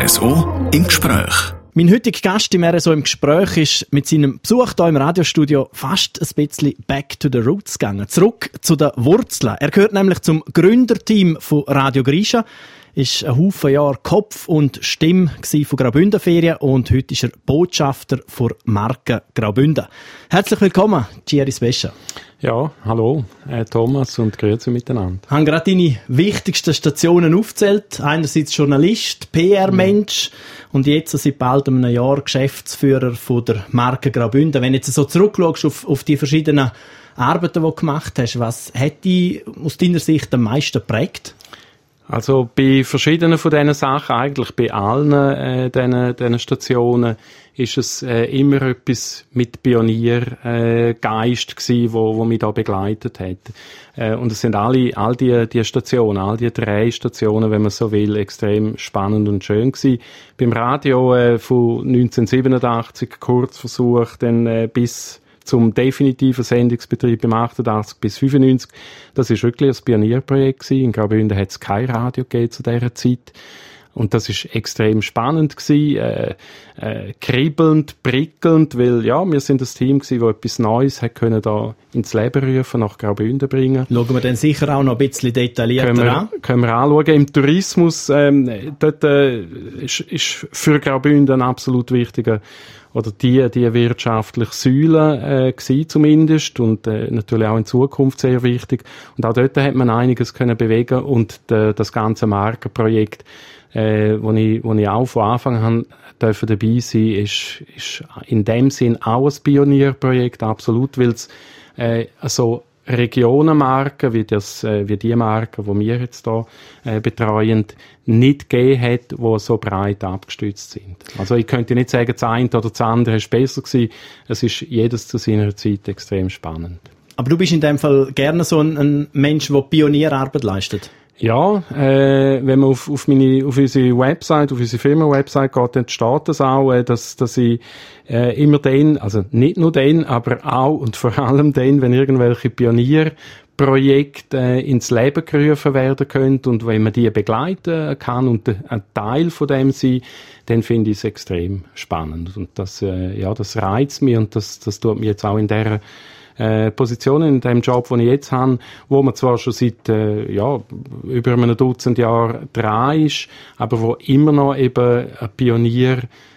RSO im Gespräch. Mein heutiger Gast im RSO im Gespräch ist mit seinem Besuch hier im Radiostudio fast ein bisschen back to the roots gegangen. Zurück zu den Wurzeln. Er gehört nämlich zum Gründerteam von Radio Grisha, ist ein Haufen Jahre Kopf und Stimme von Graubünden Ferien und heute ist er Botschafter für Marke Graubünden. Herzlich willkommen, Thierry Svescha. Ja, hallo, Thomas und grüezi miteinander. Ich habe gerade deine wichtigsten Stationen aufgezählt. Einerseits Journalist, PR-Mensch und jetzt seit bald einem Jahr Geschäftsführer von der Marke Graubünden. Wenn du jetzt so zurückschaust auf die verschiedenen Arbeiten, die du gemacht hast, was hat dich aus deiner Sicht am meisten geprägt? Also bei verschiedenen von diesen Sachen, eigentlich bei allen diesen Stationen, ist es immer etwas mit Pioniergeist gewesen, wo mich da begleitet hat. Und es sind all die Stationen, all die 3 Stationen, wenn man so will, extrem spannend und schön gewesen. Beim Radio von 1987 Kurzversuch, dann bis zum definitiven Sendungsbetrieb im 88 bis 95. Das ist wirklich ein Pionierprojekt gewesen. In Graubünden hat es kein Radio gegeben zu dieser Zeit. Und das ist extrem spannend gewesen, kribbelnd, prickelnd, weil, ja, wir sind ein Team gewesen, das etwas Neues hat können da ins Leben rufen, nach Graubünden bringen. Schauen wir dann sicher auch noch ein bisschen detaillierter an. Können wir anschauen. Im Tourismus, dort, ist für Graubünden ein absolut wichtiger oder die wirtschaftliche Säule gewesen zumindest und natürlich auch in Zukunft sehr wichtig. Und auch dort hat man einiges können bewegen und das ganze Markenprojekt, wo ich auch von Anfang an dabei sein ist in dem Sinn auch ein Pionierprojekt, absolut, weil es so Regionenmarken, wie die Marken, die wir jetzt hier betreuen, nicht gegeben hat, die so breit abgestützt sind. Also ich könnte nicht sagen, das eine oder das andere ist besser gewesen. Es ist jedes zu seiner Zeit extrem spannend. Aber du bist in dem Fall gerne so ein Mensch, der Pionierarbeit leistet? Ja, wenn man auf unsere Website, auf unsere Firmenwebsite geht, dann steht das auch, dass ich immer dann, also nicht nur dann, aber auch und vor allem dann, wenn irgendwelche Pionierprojekte ins Leben gerufen werden können und wenn man die begleiten kann und ein Teil von dem sein, dann finde ich es extrem spannend. Und das reizt mich und das tut mir jetzt auch in dieser Positionen in dem Job, den ich jetzt habe, wo man zwar schon seit über einem Dutzend Jahren dran ist, aber wo immer noch eben ein Pionier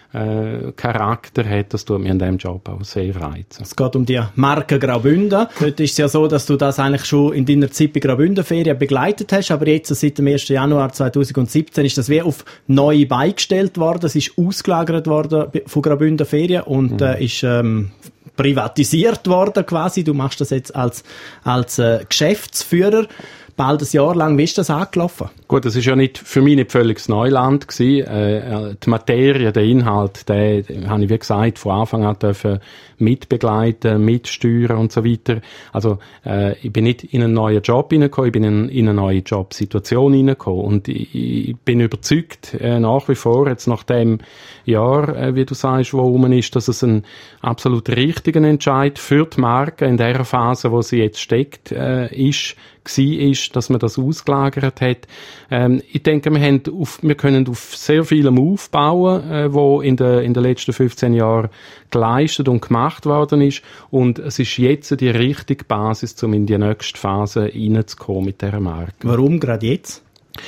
Charakter hat, das tut mir in diesem Job auch sehr reizen. Es geht um die Marke Graubünden. Dort ist es ja so, dass du das eigentlich schon in deiner Zeit bei Graubünden-Ferien begleitet hast, aber jetzt seit dem 1. Januar 2017 ist das wie auf neue beigestellt worden. Es ist ausgelagert worden von Graubünden-Ferien und ist privatisiert worden quasi. Du machst das jetzt als Geschäftsführer. Bald ein Jahr lang. Wie ist das angelaufen? Gut, das ist ja für mich nicht völliges Neuland gewesen. Die Materie, der Inhalt, den habe ich, wie gesagt, von Anfang an dürfen mitbegleiten, mitsteuern und so weiter. Also, ich bin nicht in einen neuen Job hineingekommen, ich bin in eine neue Jobsituation hineingekommen. Und ich bin überzeugt, nach wie vor, jetzt nach dem Jahr, wie du sagst, wo rum ist, dass es ein absolut richtiger Entscheid für die Marke in der Phase, wo sie jetzt steckt, ist, dass man das ausgelagert hat. Ich denke, wir können auf sehr vielem aufbauen, wo in den letzten 15 Jahren geleistet und gemacht worden ist. Und es ist jetzt die richtige Basis, um in die nächste Phase reinzukommen mit dieser Marke. Warum gerade jetzt?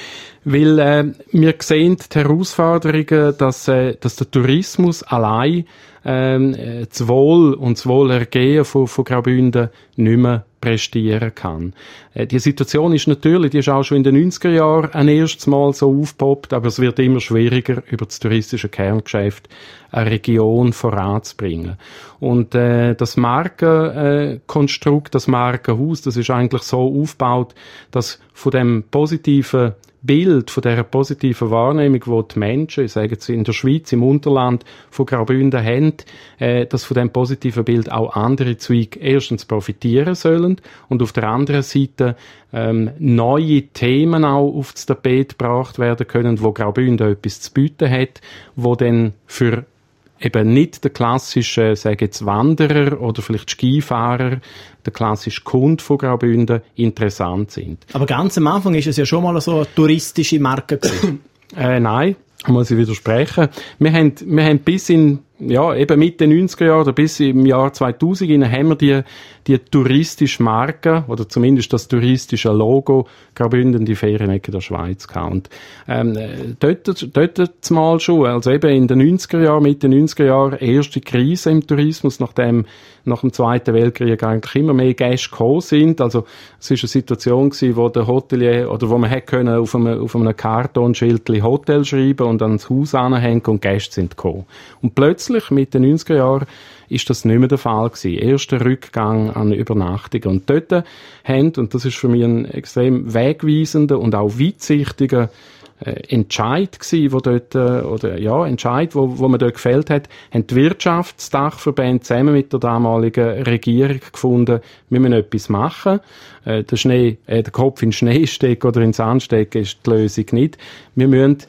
Weil wir sehen die Herausforderungen, dass der Tourismus allein das Wohl und das Wohlergehen von Graubünden nicht mehr prestieren kann. Die Situation ist natürlich, die ist auch schon in den 90er Jahren ein erstes Mal so aufgepoppt, aber es wird immer schwieriger, über das touristische Kerngeschäft eine Region voranzubringen. Und das Markenkonstrukt, das Markenhaus, das ist eigentlich so aufgebaut, dass von dem positiven Bild, von dieser positiven Wahrnehmung, die die Menschen, ich sage jetzt in der Schweiz, im Unterland von Graubünden haben, dass von diesem positiven Bild auch andere Zweige erstens profitieren sollen und auf der anderen Seite neue Themen auch aufs Tapet gebracht werden können, wo Graubünden etwas zu bieten hat, wo dann für eben nicht der klassische, sage jetzt Wanderer oder vielleicht Skifahrer, der klassische Kunde von Graubünden interessant sind. Aber ganz am Anfang ist es ja schon mal so eine touristische Marke gewesen. Nein. muss ich widersprechen. Wir haben bis in, eben Mitte 90er Jahre oder bis im Jahr 2000 haben wir die touristische Marke, oder zumindest das touristische Logo, Graubünden, die Ferienecke der Schweiz gehabt. Und, dort mal schon, also eben in den 90er Jahren, Mitte 90er Jahre, erste Krise im Tourismus, nach dem Zweiten Weltkrieg eigentlich immer mehr Gäste gekommen sind. Also, es ist eine Situation gewesen, wo der Hotelier, oder wo man hätte können auf einem Kartonschildchen Hotel schreiben und ans Haus anhängen und Gäste sind gekommen. Und plötzlich, Mitte 90er Jahre, ist das nicht mehr der Fall gewesen. Erster Rückgang an Übernachtungen. Und dort und das ist für mich ein extrem wegweisender und auch weitsichtiger Entscheid gsi, wo man dort gefällt hat, haben die Wirtschaftsdachverbände zusammen mit der damaligen Regierung gefunden, wir müssen etwas machen. Der Kopf in den Schnee stecken oder in den Sand stecken ist die Lösung nicht. Wir müssen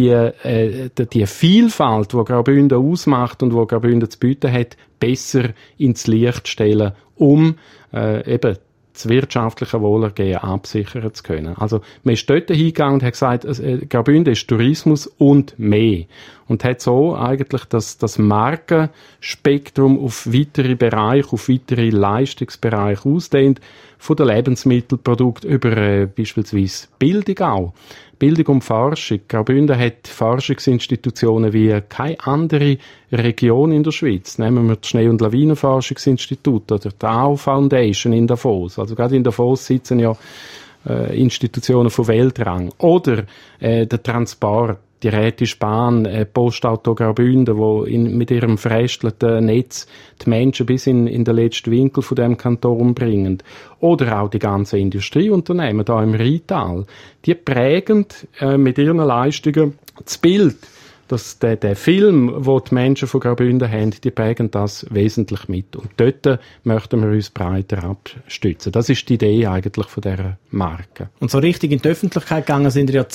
die Vielfalt, die Graubünden ausmacht und die Graubünden zu bieten hat, besser ins Licht stellen, um eben das wirtschaftliche Wohlergehen absichern zu können. Also, man ist dort hingegangen und hat gesagt, Graubünden ist Tourismus und mehr. Und hat so eigentlich das Markenspektrum auf weitere Bereiche, auf weitere Leistungsbereiche ausdehnt, von den Lebensmittelprodukten über beispielsweise Bildung auch. Bildung und Forschung. Graubünden hat Forschungsinstitutionen wie keine andere Region in der Schweiz. Nehmen wir das Schnee- und Lawinenforschungsinstitut oder die AO Foundation in Davos. Also gerade in Davos sitzen ja Institutionen von Weltrang. Oder der Transport, die Rätische Bahn, Postauto Graubünden, wo mit ihrem verästelten Netz die Menschen bis in den letzten Winkel von dem Kanton bringen. Oder auch die ganzen Industrieunternehmen da im Rheintal. Die prägen mit ihren Leistungen das Bild, dass der Film, wo die Menschen von Graubünden haben, die prägen das wesentlich mit. Und dort möchten wir uns breiter abstützen. Das ist die Idee eigentlich von dieser Marke. Und so richtig in die Öffentlichkeit gegangen sind wir ja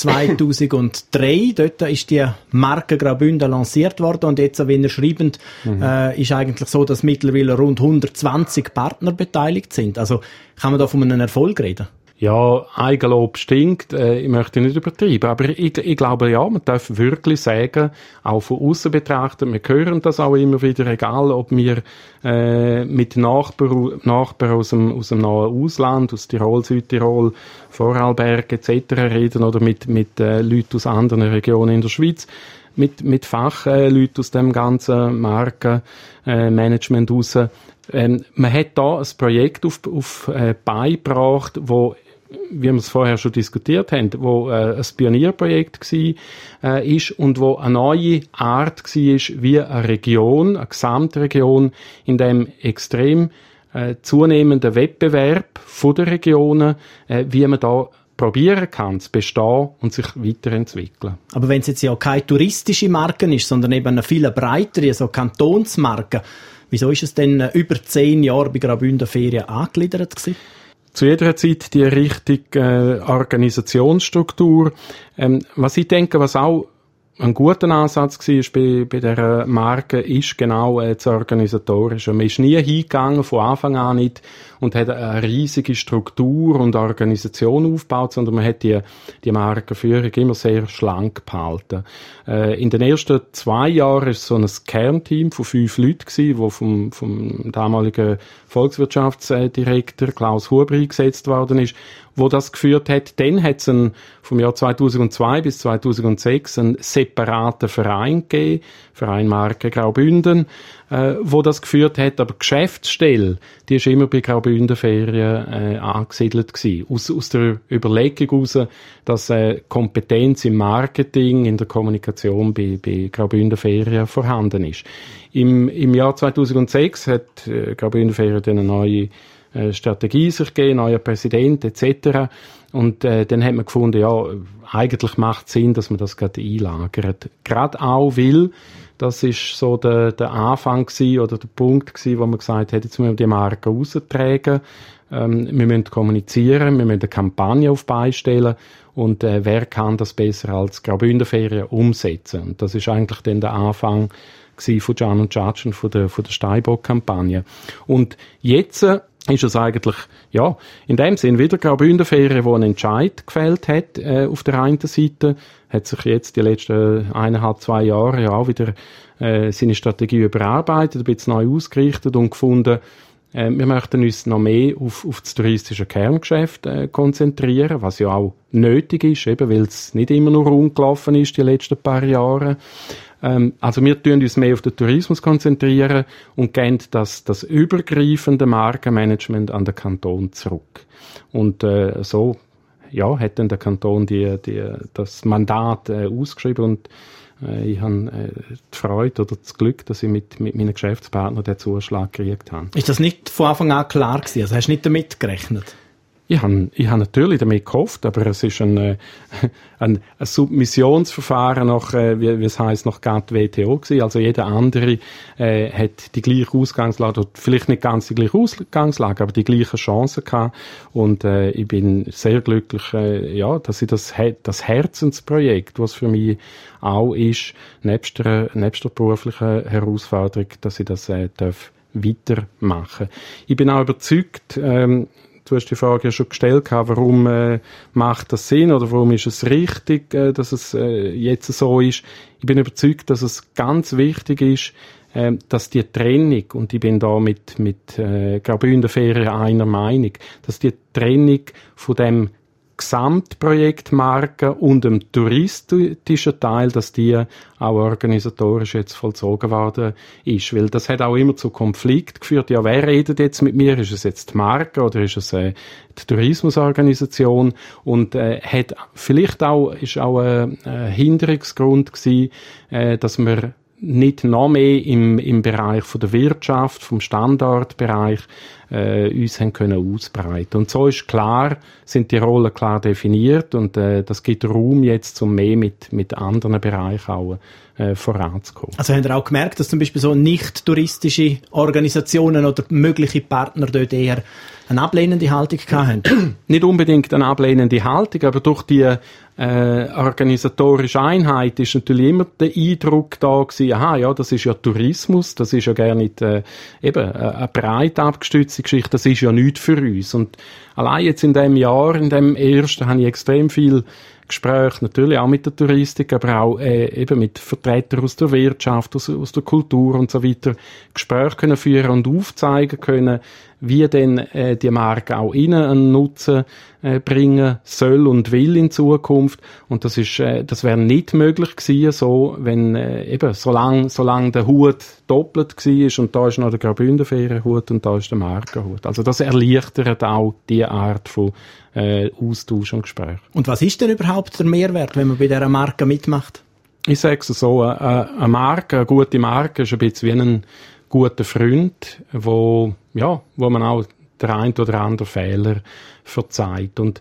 2003. Dort ist die Marke Graubünden lanciert worden. Und jetzt, wie ihr schreibt, ist eigentlich so, dass mittlerweile rund 120 Partner beteiligt sind. Also kann man da von einem Erfolg reden? Ja, Eigenlob stinkt, ich möchte nicht übertreiben, aber ich glaube, ja, man darf wirklich sagen, auch von aussen betrachtet, wir hören das auch immer wieder, egal ob wir mit Nachbarn aus dem nahen Ausland, aus Tirol, Südtirol, Vorarlberg etc. reden oder mit Leuten aus anderen Regionen in der Schweiz, mit Fachleuten aus dem ganzen Markenmanagement raus. Man hat da ein Projekt auf beigebracht, wo, wie wir es vorher schon diskutiert haben, wo ein Pionierprojekt ist und wo eine neue Art war, wie eine Region, eine Gesamtregion, in dem extrem zunehmenden Wettbewerb von den Regionen, wie man da probieren kann, zu bestehen und sich weiterentwickeln. Aber wenn es jetzt ja keine touristische Marke ist, sondern eben eine viel breitere, so Kantonsmarke, wieso ist es denn über 10 Jahre bei Graubünden Ferien angegliedert gewesen? Zu jeder Zeit die richtige Organisationsstruktur. Was ich denke, was auch ein guter Ansatz war bei dieser Marke, ist genau das Organisatorische. Man ist nie hingegangen, von Anfang an nicht, und hat eine riesige Struktur und Organisation aufgebaut, sondern man hat die Markenführung immer sehr schlank gehalten. In den ersten 2 Jahren war es so ein Kernteam von 5 Leuten, die vom damaligen Volkswirtschaftsdirektor Klaus Huber eingesetzt worden ist, wo das geführt hat. Dann hat es vom Jahr 2002 bis 2006 einen separaten Verein gegeben, Verein Marke Graubünden, wo das geführt hat, aber die Geschäftsstelle, die ist immer bei Graubünden Ferien angesiedelt gewesen. Aus der Überlegung heraus, dass Kompetenz im Marketing, in der Kommunikation bei Graubünden Ferien vorhanden ist. Im Jahr 2006 hat Graubünden Ferien eine neue Strategie sich gegeben, neuer Präsident etc. Und dann hat man gefunden, ja, eigentlich macht es Sinn, dass man das gerade einlagert. Gerade auch, weil das ist so der Anfang gewesen, oder der Punkt gewesen, wo man gesagt hat, jetzt müssen wir die Marke raustragen, wir müssen kommunizieren, wir müssen eine Kampagne auf beistellen und wer kann das besser als Graubünden Ferien umsetzen? Und das ist eigentlich dann der Anfang von Jan und Judge und von der Steinbock-Kampagne. Und jetzt ist es eigentlich, ja, in dem Sinn wieder Graubünden Ferien, wo einen Entscheid gefällt hat, auf der einen Seite, hat sich jetzt die letzten 1,5-2 Jahre ja auch wieder seine Strategie überarbeitet, ein bisschen neu ausgerichtet und gefunden, wir möchten uns noch mehr auf das touristische Kerngeschäft konzentrieren, was ja auch nötig ist, eben weil es nicht immer nur rund gelaufen ist die letzten paar Jahre. Also wir tun uns mehr auf den Tourismus konzentrieren und geben das übergreifende Markenmanagement an den Kanton zurück. Und so hat dann der Kanton das Mandat ausgeschrieben und ich habe die Freude oder das Glück, dass ich mit meinen Geschäftspartnern den Zuschlag gekriegt habe. Ist das nicht von Anfang an klar gewesen? Also hast du nicht damit gerechnet? Ich habe natürlich damit gehofft, aber es ist ein Submissionsverfahren nach, wie es heisst, nach GATT WTO gewesen. Also jeder andere hat die gleiche Ausgangslage, oder vielleicht nicht ganz die gleiche Ausgangslage, aber die gleichen Chancen gehabt. Und ich bin sehr glücklich, dass ich das Herzensprojekt, was für mich auch ist, nebst der beruflichen Herausforderung, dass ich das darf weitermachen. Ich bin auch überzeugt, du hast die Frage ja schon gestellt, warum macht das Sinn oder warum ist es richtig, dass es jetzt so ist. Ich bin überzeugt, dass es ganz wichtig ist, dass die Trennung, und ich bin da mit Graubünden Ferien einer Meinung, dass die Trennung von dem Gesamtprojekt Marke und dem touristischen Teil, dass die auch organisatorisch jetzt vollzogen worden ist. Weil das hat auch immer zu Konflikt geführt. Ja, wer redet jetzt mit mir? Ist es jetzt die Marke oder ist es die Tourismusorganisation? Und ist auch ein Hinderungsgrund gewesen, dass wir nicht noch mehr im Bereich von der Wirtschaft, vom Standortbereich uns haben können ausbreiten. Und so ist klar, sind die Rollen klar definiert und das gibt Raum jetzt, um mehr mit anderen Bereichen auch voranzukommen. Also habt ihr auch gemerkt, dass zum Beispiel so nicht touristische Organisationen oder mögliche Partner dort eher eine ablehnende Haltung hatten? Nicht unbedingt eine ablehnende Haltung, aber durch die organisatorische Einheit ist natürlich immer der Eindruck da gewesen, das ist ja Tourismus, das ist ja gar nicht eine breit abgestützte Geschichte, das ist ja nichts für uns. Und allein jetzt in dem Jahr, in dem ersten, habe ich extrem viel Gespräche, natürlich auch mit der Touristik, aber auch mit Vertretern aus der Wirtschaft, aus der Kultur und so weiter, Gespräche können führen und aufzeigen können, wie denn die Marke auch ihnen einen Nutzen bringen soll und will in Zukunft. Und das wäre nicht möglich gewesen, so, wenn solange der Hut doppelt war und da ist noch der Graubünden Ferienhut und da ist der Markenhut. Also das erleichtert auch die Art von Austausch und Gespräch. Und was ist denn überhaupt der Mehrwert, wenn man bei dieser Marke mitmacht? Ich sage es so, eine gute Marke ist ein bisschen wie ein guter Freund, wo man auch der ein oder andere Fehler verzeiht. Und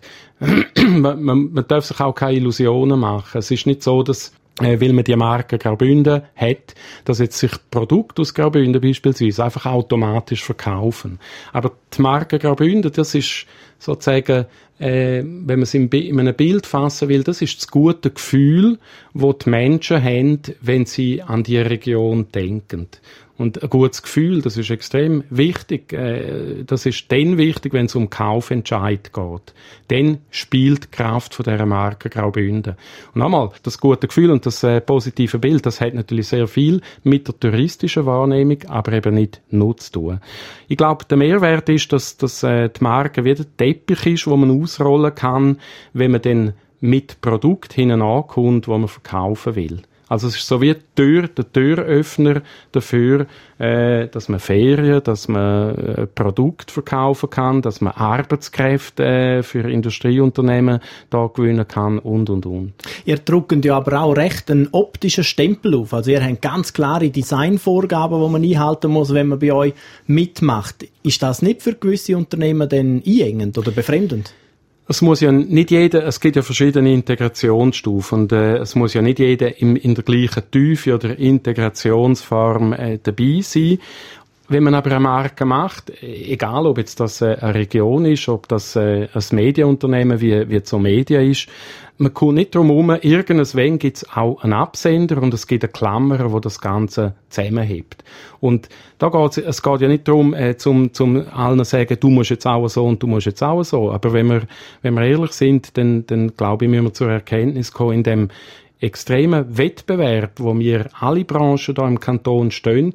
man darf sich auch keine Illusionen machen. Es ist nicht so, dass weil man die Marke Graubünden hat, dass jetzt sich Produkte aus Graubünden beispielsweise einfach automatisch verkaufen. Aber die Marke Graubünden, das ist sozusagen, wenn man es in einem Bild fassen will, das ist das gute Gefühl, das die Menschen haben, wenn sie an die Region denken. Und ein gutes Gefühl, das ist extrem wichtig. Das ist dann wichtig, wenn es um Kaufentscheid geht. Dann spielt die Kraft von dieser Marke Graubünden. Und nochmal, das gute Gefühl und das positive Bild, das hat natürlich sehr viel mit der touristischen Wahrnehmung, aber eben nicht nur zu tun. Ich glaube, der Mehrwert ist, dass die Marke wie der Teppich ist, wo man ausrollen kann, wenn man dann mit Produkt hinten ankommt, wo man verkaufen will. Also es ist so wie der Türöffner dafür, dass man Ferien, dass man Produkte verkaufen kann, dass man Arbeitskräfte für Industrieunternehmen da gewinnen kann und. Ihr drückt ja aber auch recht einen optischen Stempel auf. Also ihr habt ganz klare Designvorgaben, die man einhalten muss, wenn man bei euch mitmacht. Ist das nicht für gewisse Unternehmen dann einengend oder befremdend? Es muss ja nicht jeder, es gibt ja verschiedene Integrationsstufen und es muss ja nicht jeder in der gleichen Tiefe oder Integrationsform dabei sein. wenn man aber eine Marke macht, egal ob jetzt das eine Region ist, ob das ein Medienunternehmen wie so Media ist, man kommt nicht drum herum, irgendwann gibt es auch einen Absender und es gibt eine Klammer, wo das Ganze zusammenhebt. Und es geht ja nicht darum, zum allen zu sagen, du musst jetzt auch so und du musst jetzt auch so. Aber wenn wir ehrlich sind, dann glaube ich, müssen wir zur Erkenntnis kommen, in dem extremen Wettbewerb, wo wir alle Branchen da im Kanton stehen,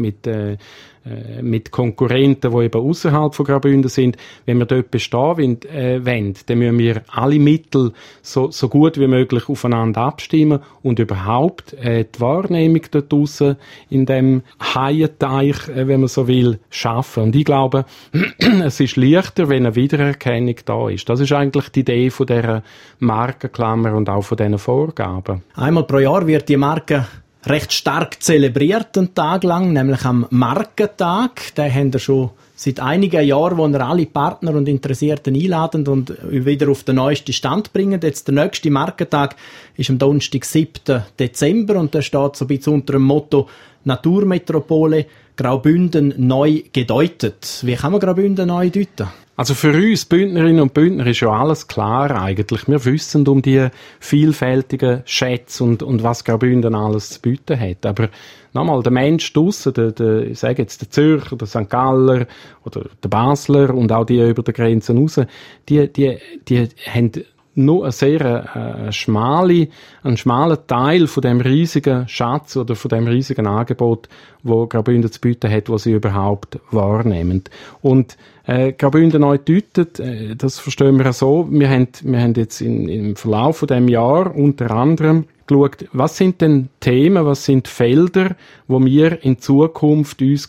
mit Konkurrenten, die eben außerhalb von Graubünden sind. Wenn wir dort bestehen wollen, dann müssen wir alle Mittel so gut wie möglich aufeinander abstimmen und überhaupt die Wahrnehmung dort draussen in dem Haienteich, wenn man so will, schaffen. Und ich glaube, es ist leichter, wenn eine Wiedererkennung da ist. Das ist eigentlich die Idee von dieser Markenklammer und auch von diesen Vorgaben. Einmal pro Jahr wird die Marke recht stark zelebriert, einen Tag lang, nämlich am Markentag. Den haben wir schon seit einigen Jahren, wo wir alle Partner und Interessierten einladen und wieder auf den neuesten Stand bringen. Jetzt der nächste Markentag ist am Donnerstag, 7. Dezember und der steht so ein bisschen unter dem Motto Naturmetropole Graubünden neu gedeutet. Wie kann man Graubünden neu deuten? Also für uns Bündnerinnen und Bündner ist ja alles klar eigentlich. Wir wissen um die vielfältigen Schätze und was Graubünden alles zu bieten hat. Aber nochmal, der Mensch draussen, ich sage jetzt der Zürcher, der St. Galler oder der Basler und auch die über die Grenzen raus, die haben nur einen schmalen Teil von dem riesigen Schatz oder von dem riesigen Angebot, wo Graubünden zu bieten hat, was sie überhaupt wahrnehmen. Und Graubünden neu deutet, das verstehen wir auch so. Wir haben jetzt im Verlauf von dem Jahr unter anderem geschaut, was sind denn Themen, was sind Felder, wo wir in Zukunft uns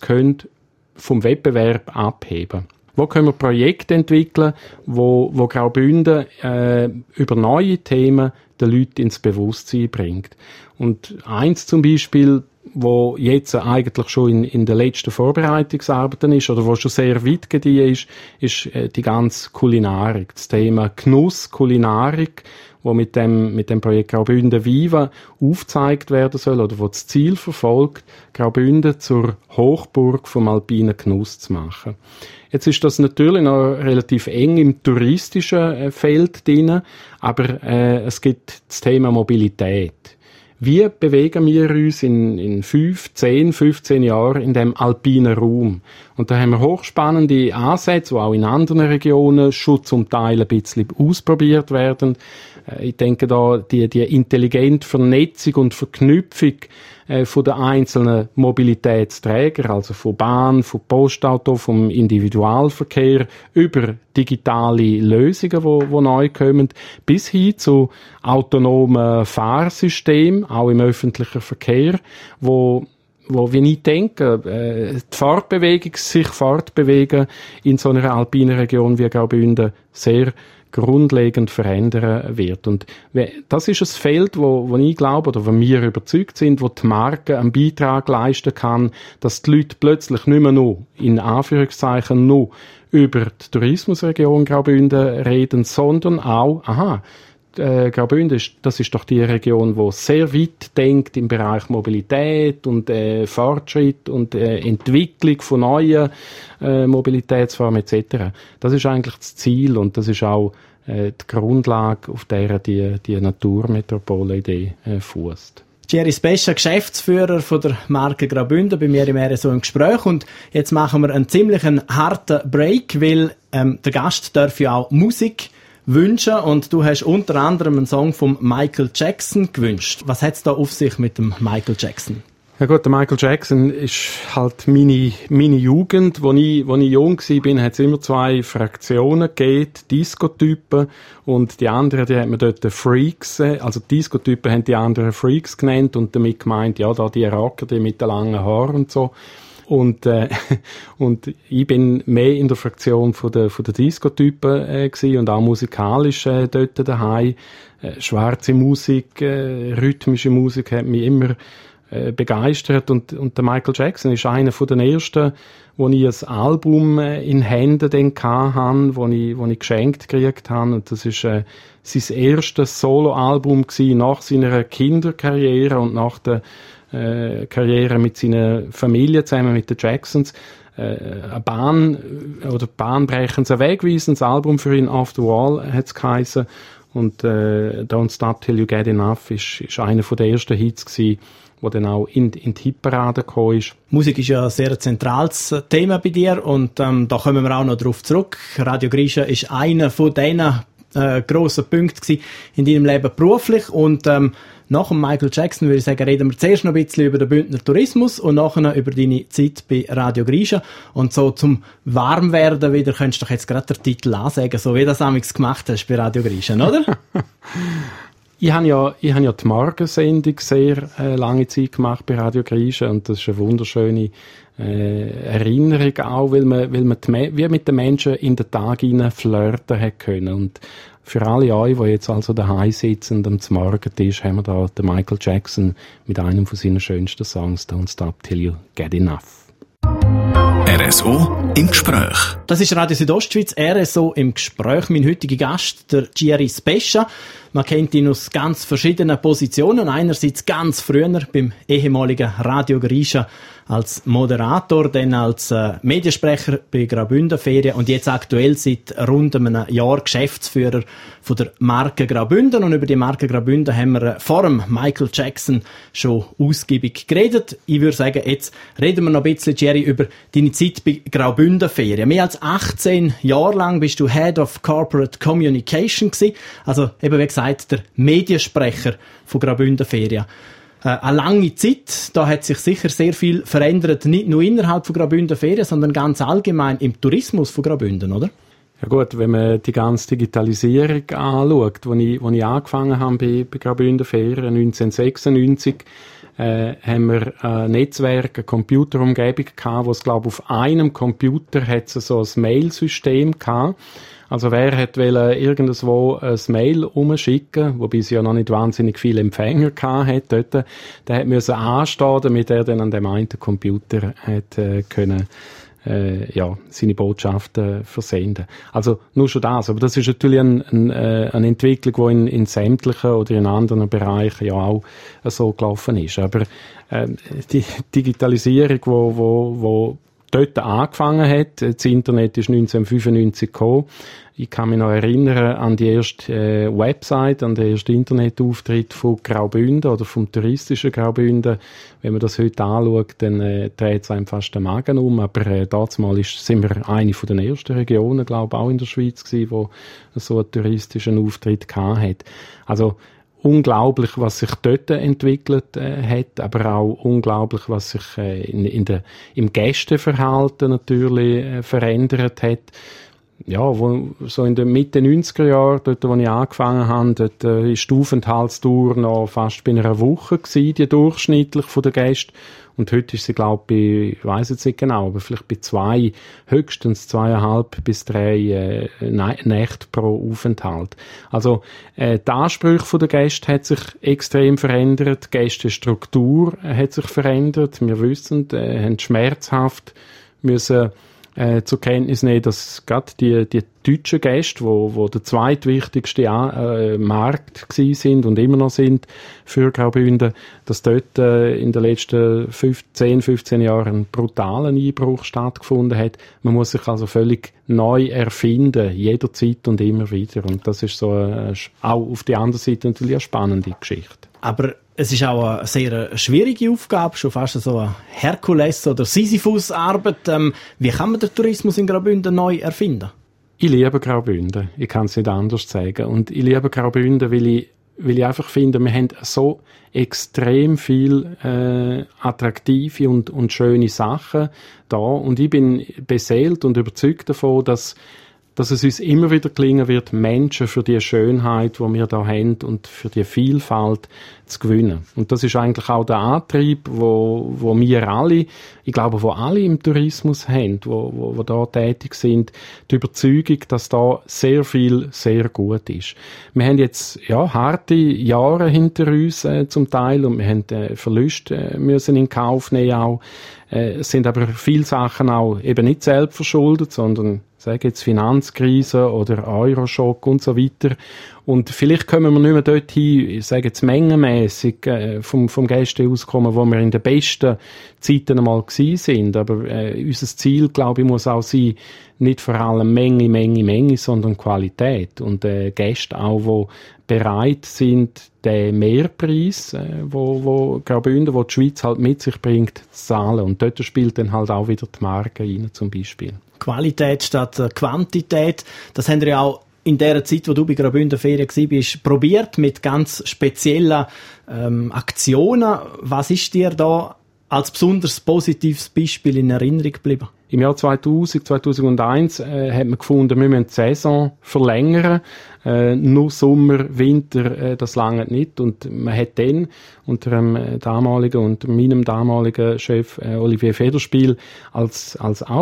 vom Wettbewerb abheben. Wo können wir Projekte entwickeln, wo Graubünden über neue Themen den Leuten ins Bewusstsein bringt. Und eins zum Beispiel, wo jetzt eigentlich schon in den letzten Vorbereitungsarbeiten ist oder wo schon sehr weit gediehen ist die ganze Kulinarik. Das Thema Genuss, Kulinarik, wo mit dem Projekt Graubünden Viva aufgezeigt werden soll oder wo das Ziel verfolgt, Graubünden zur Hochburg vom alpinen Genuss zu machen. Jetzt ist das natürlich noch relativ eng im touristischen Feld drin, aber es gibt das Thema Mobilität. Wie bewegen wir uns in 5, 10, 15 Jahren in dem alpinen Raum? Und da haben wir hochspannende Ansätze, die auch in anderen Regionen schon zum Teil ein bisschen ausprobiert werden. Ich denke da, die intelligente Vernetzung und Verknüpfung von den einzelnen Mobilitätsträger, also von Bahn, von Postauto, vom Individualverkehr, über digitale Lösungen, die neu kommen, bis hin zu autonomen Fahrsystemen, auch im öffentlichen Verkehr, wo wie ich denke, die Fortbewegung, sich fortbewegen in so einer alpinen Region wie Graubünden sehr grundlegend verändern wird. Und das ist ein Feld, wo ich glaube, oder wo wir überzeugt sind, wo die Marke einen Beitrag leisten kann, dass die Leute plötzlich nicht mehr nur, in Anführungszeichen, nur über die Tourismusregion Graubünden reden, sondern auch, Graubünden das ist doch die Region, die sehr weit denkt im Bereich Mobilität und Fortschritt und Entwicklung von neuen Mobilitätsformen etc. Das ist eigentlich das Ziel und das ist auch die Grundlage, auf der die Naturmetropole-Idee fußt. Thierry Spescha, Geschäftsführer von der Marke Graubünden, bei mir im RSO im Gespräch. Und jetzt machen wir einen ziemlich harten Break, weil der Gast darf ja auch Musik wünschen und du hast unter anderem einen Song von Michael Jackson gewünscht. Was hat es da auf sich mit dem Michael Jackson? Ja gut, der Michael Jackson ist halt meine Jugend. Wo ich jung war, hat es immer zwei Fraktionen gegeben, Disco-Typen und die anderen, die hat man dort Freaks, also Disco-Typen haben die anderen Freaks genannt und damit gemeint, ja, da die Rocker, die mit den langen Haaren und so. Und ich bin mehr in der Fraktion von der Disco-Typen gewesen und auch musikalisch dort daheim. Schwarze Musik, rhythmische Musik hat mich immer begeistert. Und der Michael Jackson ist einer von den ersten, wo ich ein Album in Händen dann hatte, wo ich geschenkt gekriegt habe. Und das ist sein erstes Soloalbum gewesen, nach seiner Kinderkarriere und nach der Karriere mit seiner Familie zusammen mit den Jacksons. Ein bahnbrechendes, wegweisendes Album für ihn, Off the Wall hat es geheissen. Und Don't Stop Till You Get Enough ist einer der ersten Hits gewesen, der dann auch in die Hitparade gekommen ist. Musik ist ja ein sehr zentrales Thema bei dir und da kommen wir auch noch drauf zurück. Radio Grisha ist einer von diesen grossen Punkten in deinem Leben beruflich und nach dem Michael Jackson würde ich sagen, reden wir zuerst noch ein bisschen über den Bündner Tourismus und nachher über deine Zeit bei Radio Grisha. Und so zum Warmwerden wieder, könntest du doch jetzt gerade den Titel ansagen, so wie du das amigs gemacht hast bei Radio Grisha, oder? Ich habe ja die Morgensendung sehr lange Zeit gemacht bei Radio Grisha und das ist eine wunderschöne Erinnerung auch, weil man wie mit den Menschen in den Tag hinein flirten hat können. Und für alle euch, die jetzt also daheim sitzen und am Morgentisch, haben wir da den Michael Jackson mit einem von seinen schönsten Songs, Don't Stop Till You Get Enough. RSO im Gespräch. Das ist Radio Südostschweiz, RSO im Gespräch. Mein heutiger Gast, der Gieri Spescia. Man kennt ihn aus ganz verschiedenen Positionen. Einerseits ganz früher beim ehemaligen Radio Grisha als Moderator, dann als Mediensprecher bei Graubünden Ferien und jetzt aktuell seit rund einem Jahr Geschäftsführer von der Marke Graubünden. Und über die Marke Graubünden haben wir vor dem Michael Jackson schon ausgiebig geredet. Ich würde sagen, jetzt reden wir noch ein bisschen, Gieri, über deine Zeit bei Graubünden Ferien. Mehr als 18 Jahre lang bist du Head of Corporate Communication gewesen. Also eben wie gesagt, der Mediensprecher von Graubünden Ferien. Eine lange Zeit, da hat sich sicher sehr viel verändert, nicht nur innerhalb von Graubünden Ferien, sondern ganz allgemein im Tourismus von Graubünden, oder? Ja gut, wenn man die ganze Digitalisierung anschaut, wo ich angefangen habe bei Graubünden Ferien 1996, haben wir ein Netzwerk, eine Computerumgebung gehabt, wo es, glaube ich, auf einem Computer hat es so ein Mailsystem gehabt. Also wer hat irgendwo ein Mail umschicken, wobei es ja noch nicht wahnsinnig viele Empfänger hat dort, der musste anstehen, damit er dann an dem einen Computer hat können seine Botschaften versenden. Also nur schon das. Aber das ist natürlich eine Entwicklung, die in sämtlichen oder in anderen Bereichen ja auch so gelaufen ist. Aber die Digitalisierung, wo dort angefangen hat, das Internet ist 1995 gekommen. Ich kann mich noch erinnern an die erste Website, an den ersten Internetauftritt von Graubünden oder vom touristischen Graubünden. Wenn man das heute anschaut, dann dreht es einem fast den Magen um. Aber damals sind wir eine von den ersten Regionen, glaube ich, auch in der Schweiz gewesen, wo so einen touristischen Auftritt hat. Also unglaublich, was sich dort entwickelt hat, aber auch unglaublich, was sich im Gästeverhalten natürlich verändert hat. Ja, so in den Mitte 90er Jahren, dort, wo ich angefangen habe, dort ist die Aufenthaltsdauer noch fast bei einer Woche gewesen, die durchschnittlich von den Gästen. Und heute ist sie, glaube ich, ich weiss jetzt nicht genau, aber vielleicht bei höchstens 2,5 bis 3 Nächte pro Aufenthalt. Also, die Ansprüche der Gäste hat sich extrem verändert, die Gästestruktur hat sich verändert. Wir wissen, haben schmerzhaft müssen zur Kenntnis nehmen, dass gerade die deutschen Gäste, wo der zweitwichtigste Markt gewesen sind und immer noch sind für Graubünden, dass dort in den letzten 15 Jahren einen brutalen Einbruch stattgefunden hat. Man muss sich also völlig neu erfinden, jederzeit und immer wieder. Und das ist so auch auf die andere Seite natürlich eine spannende Geschichte. Aber es ist auch eine sehr schwierige Aufgabe, schon fast so eine Herkules- oder Sisyphus-Arbeit. Wie kann man den Tourismus in Graubünden neu erfinden? Ich liebe Graubünden. Ich kann es nicht anders sagen. Und ich liebe Graubünden, weil ich einfach finde, wir haben so extrem viel attraktive und schöne Sachen da. Und ich bin beseelt und überzeugt davon, dass dass es uns immer wieder gelingen wird, Menschen für die Schönheit, die wir da haben und für die Vielfalt zu gewinnen. Und das ist eigentlich auch der Antrieb, wo wir alle, ich glaube, wo alle im Tourismus haben, wo da tätig sind, die Überzeugung, dass da sehr viel sehr gut ist. Wir haben jetzt harte Jahre hinter uns zum Teil und wir haben Verluste müssen in Kauf nehmen auch. Es sind aber viele Sachen auch eben nicht selbstverschuldet, sondern sage jetzt Finanzkrise oder Euroschock und so weiter. Und vielleicht kommen wir nicht mehr dorthin, ich sage jetzt mengenmässig vom Gästeauskommen, wo wir in den besten Zeiten einmal gewesen sind. Aber unser Ziel, glaube ich, muss auch sein, nicht vor allem Menge, sondern Qualität. Und Gäste auch, die bereit sind, den Mehrpreis, wo Graubünden, wo die Schweiz halt mit sich bringt, zu zahlen. Und dort spielt dann halt auch wieder die Marke rein, zum Beispiel. Qualität statt Quantität, das haben wir ja auch in der Zeit, wo du bei Graubünden Ferien warst, probiert mit ganz speziellen Aktionen. Was ist dir da als besonders positives Beispiel in Erinnerung geblieben? Im Jahr 2001 hat man gefunden, wir müssen die Saison verlängern. Nur Sommer, Winter, das lange nicht. Und man hat dann unter meinem damaligen Chef Olivier Federspiel als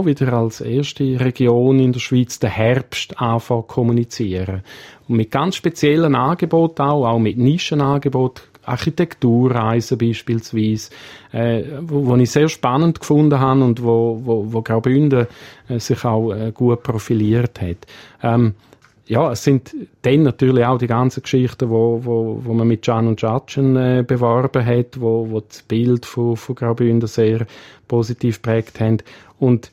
erste Region in der Schweiz den Herbst anfangen zu kommunizieren. Und mit ganz speziellen Angeboten auch mit Nischenangeboten, Architekturreisen beispielsweise, wo ich sehr spannend gefunden habe und wo Graubünden sich auch gut profiliert hat. Es sind dann natürlich auch die ganzen Geschichten, wo man mit Can und Jatschen beworben hat, wo das Bild von Graubünden sehr positiv geprägt haben. Und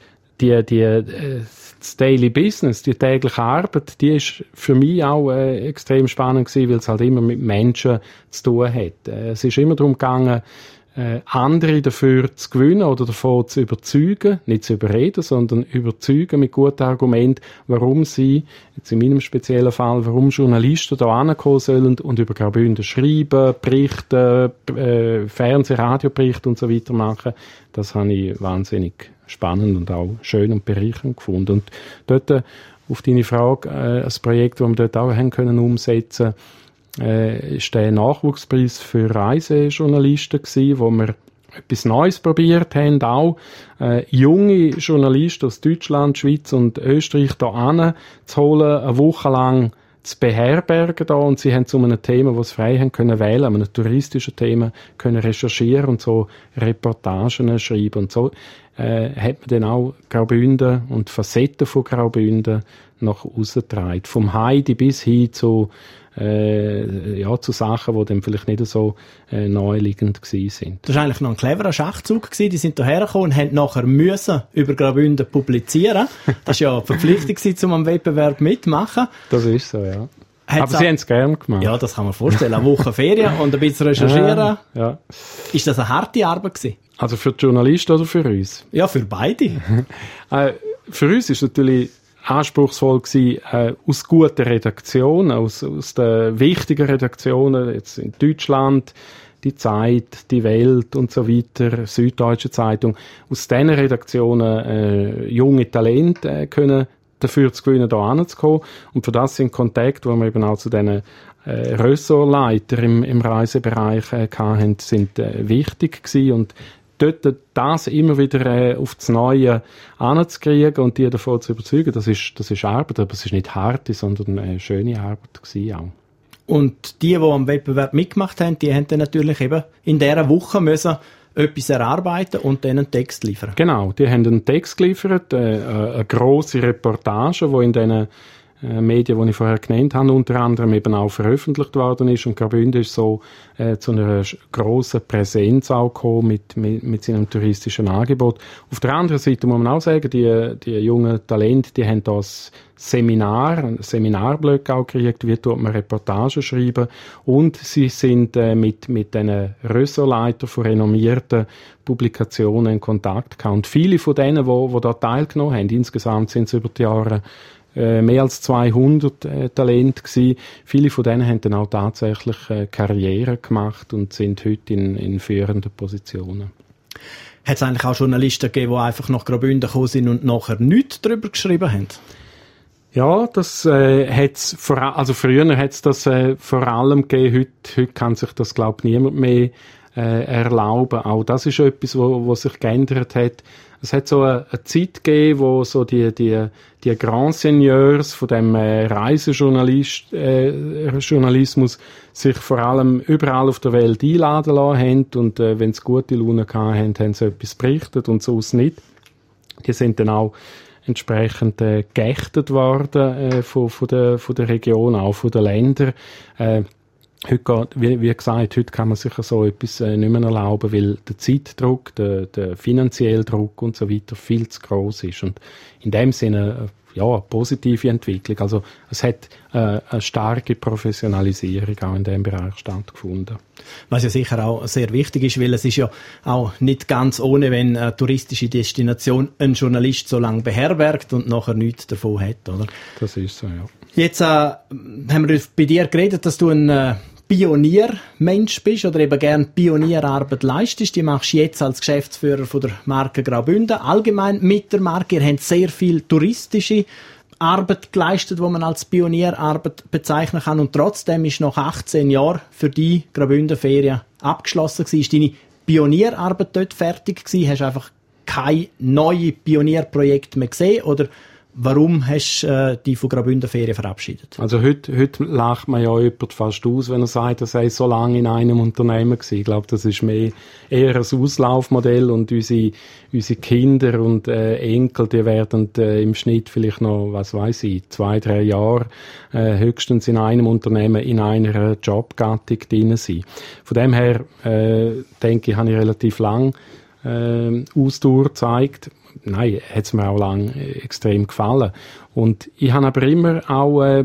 das Daily Business, die tägliche Arbeit, die ist für mich auch extrem spannend gewesen, weil es halt immer mit Menschen zu tun hat. Es ist immer darum gegangen, andere dafür zu gewinnen oder davon zu überzeugen, nicht zu überreden, sondern überzeugen mit guten Argumenten, warum sie, jetzt in meinem speziellen Fall, warum Journalisten da ankommen sollen und über Graubünden schreiben, berichten, Fernseh-, Radioberichte und so weiter machen. Das habe ich wahnsinnig spannend und auch schön und bereichernd gefunden. Und dort, auf deine Frage, ein Projekt, das wir dort auch haben können umsetzen, ist der Nachwuchspreis für Reisejournalisten gewesen, wo wir etwas Neues probiert haben, auch junge Journalisten aus Deutschland, Schweiz und Österreich hier zu holen, eine Woche lang zu beherbergen da, und sie haben zu einem Thema, das sie frei haben können wählen, einem touristischen Thema, können recherchieren und so Reportagen schreiben. Und so hat man dann auch Graubünden und Facetten von Graubünden nach aussen getragen. Vom Heidi bis hin zu Sachen, die dann vielleicht nicht so naheliegend gewesen sind. Das war eigentlich noch ein cleverer Schachzug gewesen. Die sind hierher gekommen und haben nachher müssen über Graubünden publizieren. Das war ja eine Verpflichtung, um am Wettbewerb mitmachen. Das ist so, ja. Aber sie haben es gerne gemacht. Ja, das kann man vorstellen. Eine Woche Ferien und ein bisschen recherchieren. Ja. Ist das eine harte Arbeit gewesen? Also für die Journalisten oder für uns? Ja, für beide. Für uns ist natürlich anspruchsvoll gewesen, aus guten Redaktionen, aus den wichtigen Redaktionen, jetzt in Deutschland, die Zeit, die Welt und so weiter, Süddeutsche Zeitung, aus diesen Redaktionen junge Talente können dafür zu gewinnen, da hinzukommen. Und für das sind Kontakte, die wir eben auch zu diesen Ressortleiter im Reisebereich hatten, sind wichtig gewesen. Und dort das immer wieder auf das Neue anzukriegen und die davon zu überzeugen, das ist Arbeit, aber es ist nicht harte, sondern eine schöne Arbeit gewesen auch. Und die am Wettbewerb mitgemacht haben, die haben dann natürlich eben in dieser Woche müssen etwas erarbeiten und dann einen Text liefern. Genau, die haben einen Text geliefert, eine grosse Reportage, die in diesen Medien, die ich vorher genannt habe, unter anderem eben auch veröffentlicht worden ist. Und Graubünden ist so zu einer grossen Präsenz auch gekommen mit seinem touristischen Angebot. Auf der anderen Seite muss man auch sagen, die jungen Talente, die haben das einen Seminarblöcke auch gekriegt, wie tut man Reportagen schreiben. Und sie sind mit diesen Ressortleitern von renommierten Publikationen in Kontakt gekommen. Und viele von denen, die da teilgenommen haben, insgesamt sind es über die Jahre mehr als 200 Talente gewesen. Viele von denen haben dann auch tatsächlich Karriere gemacht und sind heute in führenden Positionen. Hat es eigentlich auch Journalisten gegeben, die einfach nach Graubünden gekommen sind und nachher nichts darüber geschrieben haben? Ja, das hat's also früher hat's das vor allem gegeben. Heute kann sich das, glaube ich, niemand mehr erlauben. Auch das ist etwas, wo sich geändert hat. Es hat so eine Zeit gegeben, wo so die Grand Seigneurs von dem Reisejournalismus sich vor allem überall auf der Welt einladen lassen haben und wenn sie gute Laune hatten, haben sie etwas berichtet und sonst nicht. Die sind dann auch entsprechend geächtet worden von der Region, auch von den Ländern. Heute, wie gesagt, heute kann man sich so etwas nicht mehr erlauben, weil der Zeitdruck, der finanzielle Druck und so weiter viel zu gross ist. Und in dem Sinne, ja, eine positive Entwicklung. Also es hat eine starke Professionalisierung auch in diesem Bereich stattgefunden. Was ja sicher auch sehr wichtig ist, weil es ist ja auch nicht ganz ohne, wenn eine touristische Destination ein Journalist so lange beherbergt und nachher nichts davon hat, oder? Das ist so, ja. Jetzt haben wir bei dir geredet, dass du ein Pioniermensch bist oder eben gerne Pionierarbeit leistest. Die machst du jetzt als Geschäftsführer von der Marke Graubünden. Allgemein mit der Marke. Ihr habt sehr viel touristische Arbeit geleistet, die man als Pionierarbeit bezeichnen kann. Und trotzdem ist nach 18 Jahren für die Graubünden Ferien abgeschlossen gewesen. Ist deine Pionierarbeit dort fertig gewesen? Hast du einfach kein neues Pionierprojekt mehr gesehen? Oder warum hast du dich von Graubünden Ferien verabschiedet? Also heute lacht man ja jemand fast aus, wenn er sagt, er sei so lange in einem Unternehmen gewesen. Ich glaube, das ist eher ein Auslaufmodell und unsere Kinder und Enkel, die werden im Schnitt vielleicht noch, 2-3 Jahre höchstens in einem Unternehmen, in einer Jobgattung drin sein. Von dem her, denke ich, habe ich relativ lang Ausdauer gezeigt. Nein, hat es mir auch lange extrem gefallen. Und ich habe aber immer auch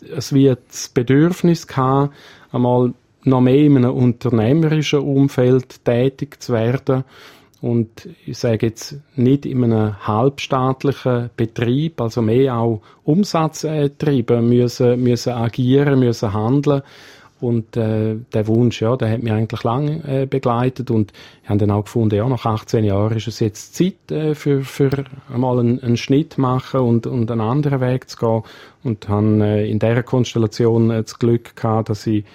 das Bedürfnis gehabt, einmal noch mehr in einem unternehmerischen Umfeld tätig zu werden. Und ich sage jetzt nicht in einem halbstaatlichen Betrieb, also mehr auch umsatzgetrieben, müssen agieren, müssen handeln. Und der Wunsch, ja, der hat mich eigentlich lange begleitet und ich habe dann auch gefunden, ja, nach 18 Jahren ist es jetzt Zeit für einmal einen Schnitt machen und einen anderen Weg zu gehen. Und habe in dieser Konstellation das Glück gehabt, dass ich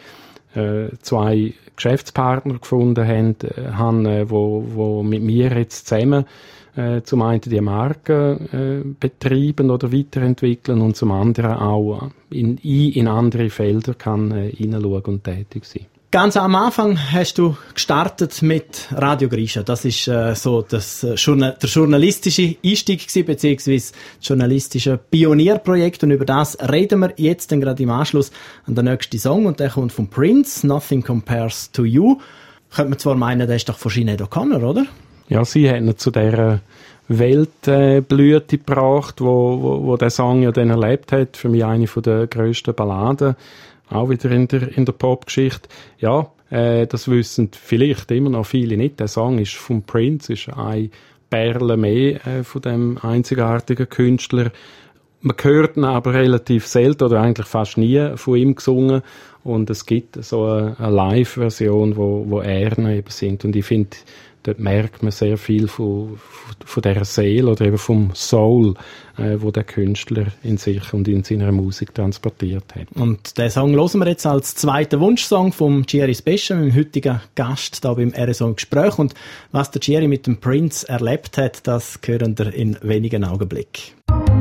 2 Geschäftspartner gefunden habe, wo mit mir jetzt zusammen zum einen die Marke betreiben oder weiterentwickeln und zum anderen auch in andere Felder kann hineinschauen und tätig sein. Ganz am Anfang hast du gestartet mit Radio Grisha. Das ist so der journalistische Einstieg gewesen, beziehungsweise das journalistische Pionierprojekt. Und über das reden wir jetzt dann gerade im Anschluss an den nächsten Song. Und der kommt von Prince, Nothing Compares to You. Könnte man zwar meinen, der ist doch von Sinead O'Connor, oder? Ja, sie hat ihn zu dieser Weltblüte gebracht, wo der Song ja dann erlebt hat. Für mich eine der grössten Balladen, auch wieder in der Popgeschichte. Ja, das wissen vielleicht immer noch viele nicht. Der Song ist von Prince, ist eine Perle mehr von dem einzigartigen Künstler. Man hört ihn aber relativ selten oder eigentlich fast nie von ihm gesungen. Und es gibt so eine Live-Version, wo er ihn eben singt. Und ich finde, dort merkt man sehr viel von dieser Seele oder eben vom Soul, wo der Künstler in sich und in seiner Musik transportiert hat. Und den Song hören wir jetzt als zweiten Wunschsong vom Thierry Specha, meinem heutigen Gast hier beim RSO im Gespräch. Und was der Thierry mit dem Prince erlebt hat, das hören wir in wenigen Augenblicken.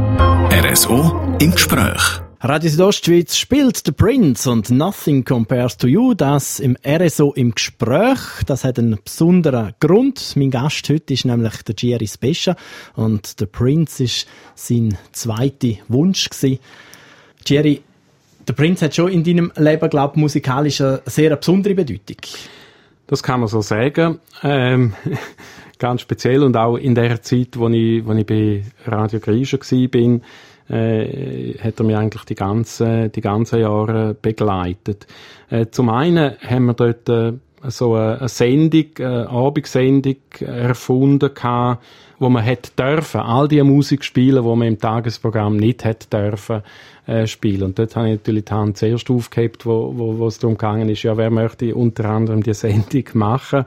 RSO im Gespräch. Radio Südostschweiz spielt The Prince und Nothing Compares to You, das im RSO im Gespräch. Das hat einen besonderen Grund. Mein Gast heute ist nämlich der Thierry Specha und The Prince ist sein zweiter Wunsch gewesen. Thierry, The Prince hat schon in deinem Leben, glaube ich, musikalisch eine sehr besondere Bedeutung. Das kann man so sagen. Ganz speziell und auch in der Zeit, wo ich bei Radio Grisha war, hat er mich eigentlich die ganzen Jahre begleitet. Zum einen haben wir dort so eine Sendung, eine Abendsendung erfunden gehabt, wo man hätte dürfen, all die Musik spielen, die man im Tagesprogramm nicht hätte dürfen, spielen. Und dort habe ich natürlich die Hand zuerst aufgehebt, wo es darum gegangen ist, ja, wer möchte unter anderem die Sendung machen,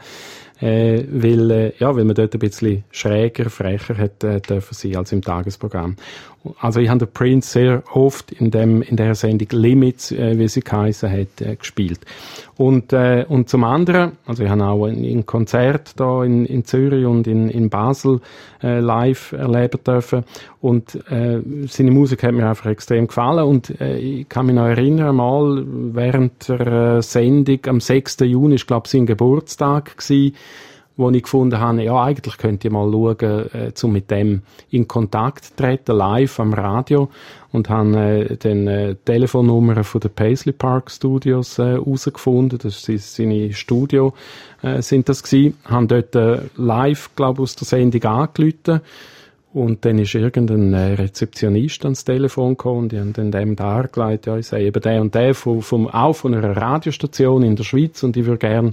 weil man dort ein bisschen schräger, frecher hätte dürfen sein als im Tagesprogramm. Also ich habe den Prince sehr oft in der Sendung Limits, wie sie geheissen hat, gespielt. Und zum anderen, also ich habe auch ein Konzert da in Zürich und in Basel live erleben dürfen. Und seine Musik hat mir einfach extrem gefallen. Und ich kann mich noch erinnern, mal während der Sendung am 6. Juni, ich glaube, sein Geburtstag gewesen, wo ich gefunden habe, ja, eigentlich könnte ich mal schauen, um mit dem in Kontakt zu treten, live am Radio, und habe dann Telefonnummern von den Paisley Park Studios herausgefunden. Das ist seine Studio, sind das gewesen. Haben dort live, glaube ich, aus der Sendung angerufen. Und dann ist irgendein Rezeptionist ans Telefon gekommen und die haben dann dem dargelegt, ja, ich sei eben der und der auch von einer Radiostation in der Schweiz und ich würde gerne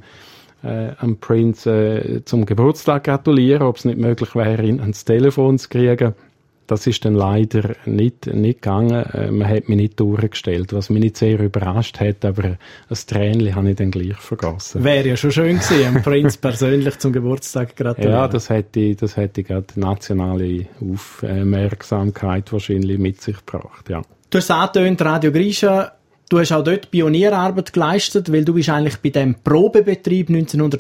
am Prince zum Geburtstag gratulieren, ob es nicht möglich wäre, ihn ans Telefon zu kriegen. Das ist dann leider nicht gegangen. Man hat mich nicht durchgestellt, was mich nicht sehr überrascht hat, aber ein Tränchen habe ich dann gleich vergessen. Wäre ja schon schön gewesen, am Prince persönlich zum Geburtstag gratulieren. Ja, das hätte gerade nationale Aufmerksamkeit wahrscheinlich mit sich gebracht, ja. Du hast angetönt, Radio Grisha. Du hast auch dort Pionierarbeit geleistet, weil du bist eigentlich bei dem Probebetrieb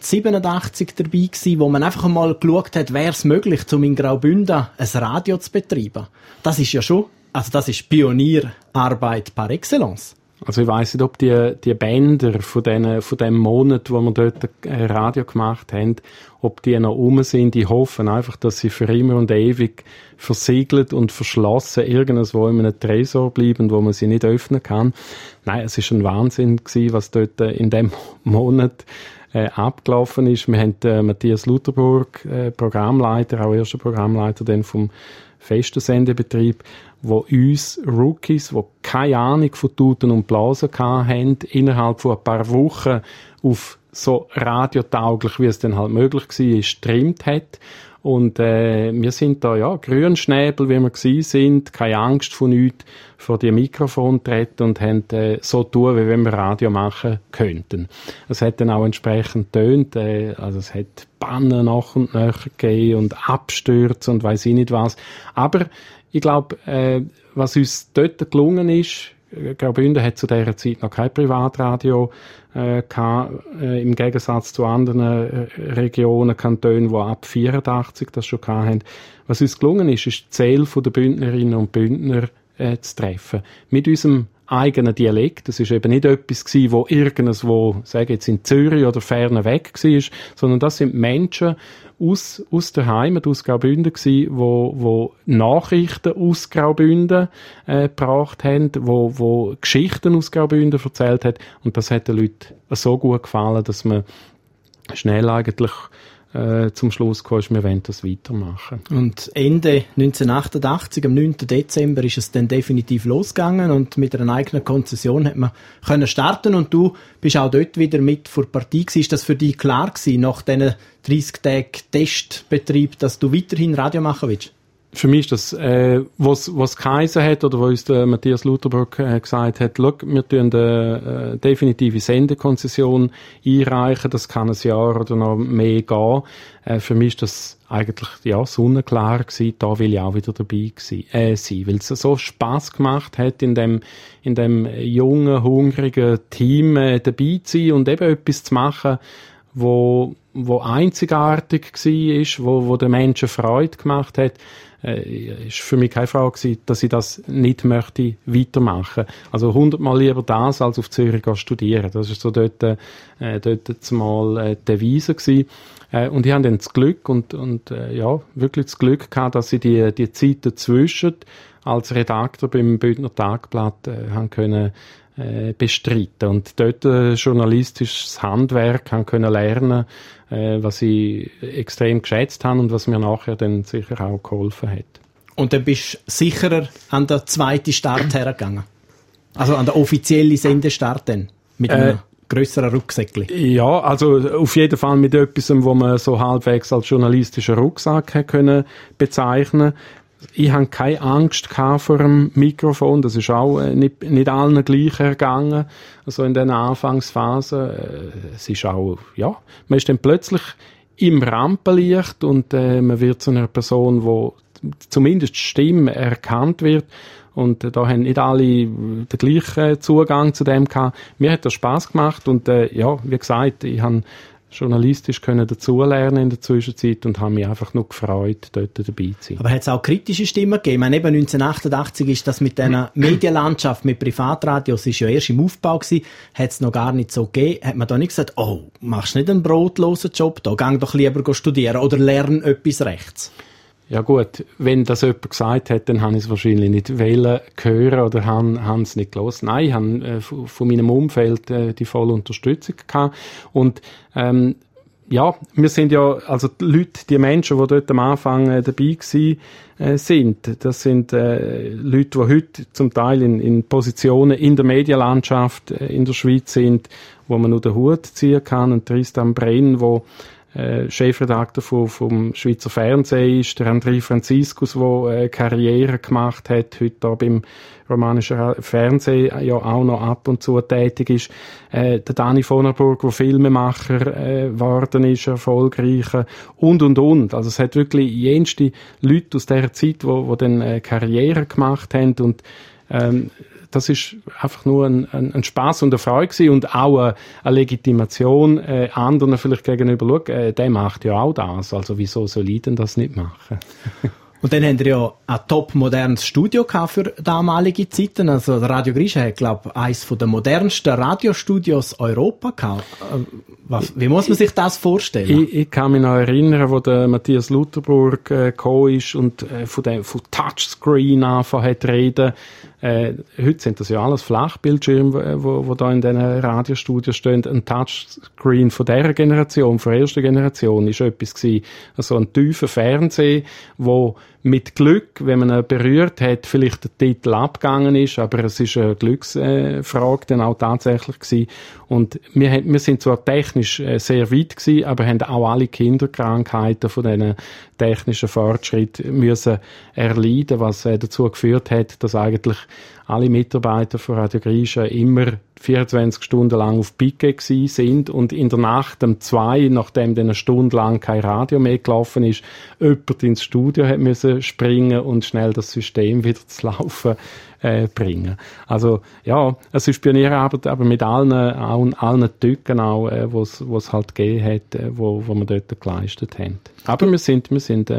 1987 dabei gewesen, wo man einfach einmal geschaut hat, wäre es möglich, um in Graubünden ein Radio zu betreiben. Das ist ja schon, also das ist Pionierarbeit par excellence. Also ich weiss nicht, ob die Bänder von dem Monat, wo wir dort Radio gemacht haben, ob die noch rum sind. Ich hoffe einfach, dass sie für immer und ewig versiegelt und verschlossen irgendwo in einem Tresor bleiben, wo man sie nicht öffnen kann. Nein, es ist ein Wahnsinn gewesen, was dort in dem Monat abgelaufen ist. Wir haben Matthias Lutherburg, Programmleiter, auch erster Programmleiter dann vom festen Sendebetrieb, wo uns Rookies, die keine Ahnung von Tuten und Blasen hatten, innerhalb von ein paar Wochen auf so radiotauglich, wie es dann halt möglich war, gestreamt hat. Und wir sind da, ja, Grünschnäbel, wie wir gewesen sind, keine Angst von nichts, vor die Mikrofon treten und haben so tun, wie wenn wir Radio machen könnten. Es hat dann auch entsprechend tönt, also es hat Pannen nach und nach gegeben und Abstürze und weiss ich nicht was. Aber ich glaube, was uns dort gelungen ist, Graubünden hat zu dieser Zeit noch kein Privatradio gehabt, im Gegensatz zu anderen Regionen, Kantonen, die ab 84 das schon hatten. Was uns gelungen ist, ist die Zahl der Bündnerinnen und Bündner zu treffen. Mit unserem eigenen Dialekt. Das ist eben nicht etwas gewesen, wo irgendwo, sage jetzt in Zürich oder ferner weg war, sondern das sind Menschen aus der Heimat, aus Graubünden gewesen, wo Nachrichten aus Graubünden gebracht haben, wo Geschichten aus Graubünden erzählt hat. Und das hat den Leuten so gut gefallen, dass man schnell eigentlich zum Schluss kam, wir wollen das weitermachen. Und Ende 1988, am 9. Dezember, ist es dann definitiv losgegangen und mit einer eigenen Konzession hat man können starten und du bist auch dort wieder mit vor der Partie gewesen. Ist das für dich klar gewesen, nach diesen 30 Tagen Testbetrieb, dass du weiterhin Radio machen willst? Für mich ist das, was geheissen hat, oder was uns der Matthias Lutherburg gesagt hat, schau, wir tun eine definitive Sendekonzession einreichen, das kann ein Jahr oder noch mehr gehen. Für mich ist das eigentlich, ja, sonnenklar gewesen, da will ich auch wieder dabei sein, weil es so Spass gemacht hat, in dem jungen, hungrigen Team dabei zu sein und eben etwas zu machen, wo einzigartig war, wo den Menschen Freude gemacht hat. Ist für mich keine Frage gewesen, dass ich das nicht möchte weitermachen. Also 100-mal lieber das, als auf Zürich studieren. Das ist so dort mal die Devise gewesen. Und ich habe dann das Glück und wirklich das Glück gehabt, dass ich die Zeit dazwischen als Redakteur beim Bündner Tagblatt haben können bestreiten und dort journalistisches Handwerk haben können lernen, was ich extrem geschätzt habe und was mir nachher dann sicher auch geholfen hat. Und dann bist du sicherer an den zweiten Start hergegangen? Also an den offiziellen Sendestart dann? Mit einem grösseren Rucksäckchen? Ja, also auf jeden Fall mit etwas, wo man so halbwegs als journalistischen Rucksack können bezeichnen. Ich hatte keine Angst vor dem Mikrofon. Das ist auch nicht allen gleich ergangen. Also in dieser Anfangsphase. Es ist auch, ja, man ist dann plötzlich im Rampenlicht und man wird zu einer Person, wo zumindest die Stimme erkannt wird. Und da haben nicht alle den gleichen Zugang zu dem gehabt. Mir hat das Spass gemacht und ja, wie gesagt, ich habe journalistisch dazulernen in der Zwischenzeit und habe mich einfach nur gefreut, dort dabei zu sein. Aber hat es auch kritische Stimmen gegeben? Ich meine, eben 1988 ist das mit dieser Medienlandschaft, mit Privatradios, ist ja erst im Aufbau gewesen, hat es noch gar nicht so gegeben. Hat man da nicht gesagt, oh, machst du nicht einen brotlosen Job da, geh doch lieber studieren oder lern etwas rechts? Ja gut, wenn das jemand gesagt hat, dann habe ich es wahrscheinlich nicht hören oder habe es nicht gehört. Nein, ich habe von meinem Umfeld die volle Unterstützung gehabt. Und ja, wir sind ja, also die Leute, die Menschen, die dort am Anfang dabei waren, sind, das sind Leute, die heute zum Teil in Positionen in der Medienlandschaft in der Schweiz sind, wo man nur den Hut ziehen kann. Und Tristan Brenn, wo Chefredakteur vom Schweizer Fernsehen ist, der André Franziskus, der Karriere gemacht hat, heute da beim romanischen Fernsehen ja auch noch ab und zu tätig ist, der Dani von der Burg, der Filmemacher geworden ist, erfolgreicher und. Also es hat wirklich jenste Leute aus dieser Zeit, die dann Karriere gemacht haben und das ist einfach nur ein Spass und eine Freude gewesen und auch eine Legitimation anderen vielleicht gegenüber. Schau, der macht ja auch das, also wieso soll ich denn das nicht machen? Und dann haben wir ja ein top modernes Studio gehabt für damalige Zeiten. Also Radio Grisha hat, glaube ich, eines der modernsten Radiostudios Europa gehabt. Wie muss man sich das vorstellen? Ich kann mich noch erinnern, wo der Matthias Lutherburg gekommen ist und von Touchscreen angefangen hat zu reden. Heute sind das ja alles Flachbildschirme, wo da in diesen Radiostudios stehen. Ein Touchscreen von dieser Generation, von der ersten Generation, ist etwas gewesen. Also ein tiefer Fernseher, wo mit Glück, wenn man ihn berührt hat, vielleicht der Titel abgegangen ist, aber es ist eine Glücksfrage dann auch tatsächlich gewesen. Und wir sind zwar technisch sehr weit gewesen, aber haben auch alle Kinderkrankheiten von diesen technischen Fortschritten müssen erleiden, was dazu geführt hat, dass eigentlich alle Mitarbeiter von Radio Grisha immer 24 Stunden lang auf Picke gewesen sind und in der Nacht um 2, nachdem dann eine Stunde lang kein Radio mehr gelaufen ist, jemand ins Studio hat müssen springen und schnell das System wieder zu laufen bringen. Also ja, es ist Pionierarbeit, aber mit allen Tücken auch, was halt gegeben hat, wo wir dort geleistet haben. Aber wir sind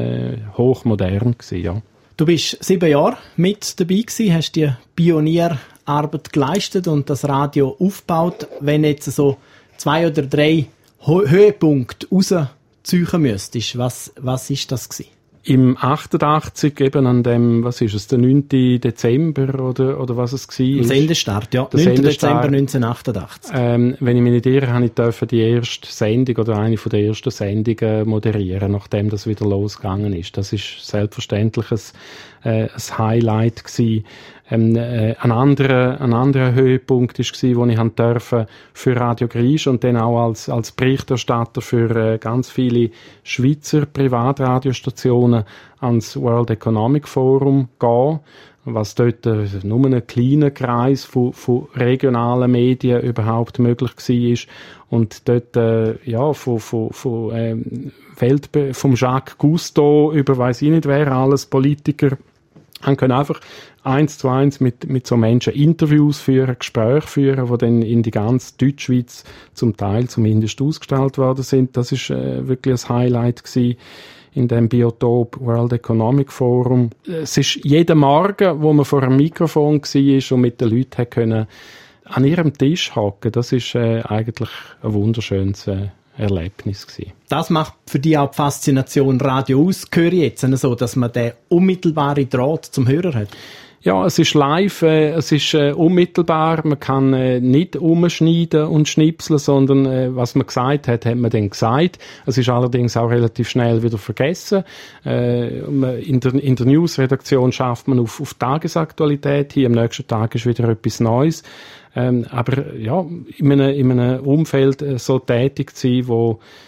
hochmodern gewesen, ja. Du bist 7 Jahre mit dabei gewesen, hast die Pionierarbeit geleistet und das Radio aufgebaut. Wenn jetzt so 2 oder 3 Höhepunkte rausziehen müsstest, was ist das gewesen? Im 88, eben an dem, was ist es, der 9. Dezember oder was es war? Am Sendestart, ja. 9. Dezember 1988. Wenn ich mich nicht irre, habe ich die erste Sendung oder eine der ersten Sendungen moderieren, nachdem das wieder losgegangen ist. Das ist selbstverständlich ein Highlight gewesen. Ein anderer Höhepunkt war, wo ich durfte für Radio Grisha und dann auch als Berichterstatter für ganz viele Schweizer Privatradiostationen ans World Economic Forum gehen, was dort nur ein kleiner Kreis von regionalen Medien überhaupt möglich war. Und dort, vom Jacques Cousteau über weiss ich nicht wer alles, Politiker, haben können einfach 1:1 mit so Menschen Interviews führen, Gespräche führen, die dann in die ganze Deutschschweiz zum Teil zumindest ausgestrahlt worden sind. Das ist wirklich ein Highlight gewesen in dem Biotop World Economic Forum. Es ist jeden Morgen, wo man vor einem Mikrofon war und mit den Leuten können an ihrem Tisch hocken. Das ist eigentlich ein wunderschönes Erlebnis gewesen. Das macht für dich auch die Faszination Radio aus, höre ich jetzt, so, dass man den unmittelbaren Draht zum Hörer hat? Ja, es ist live, es ist unmittelbar, man kann nicht umschneiden und schnipseln, sondern was man gesagt hat, hat man dann gesagt. Es ist allerdings auch relativ schnell wieder vergessen. In der Newsredaktion schafft man auf Tagesaktualität hin, am nächsten Tag ist wieder etwas Neues. Aber ja, in einem Umfeld so tätig zu sein,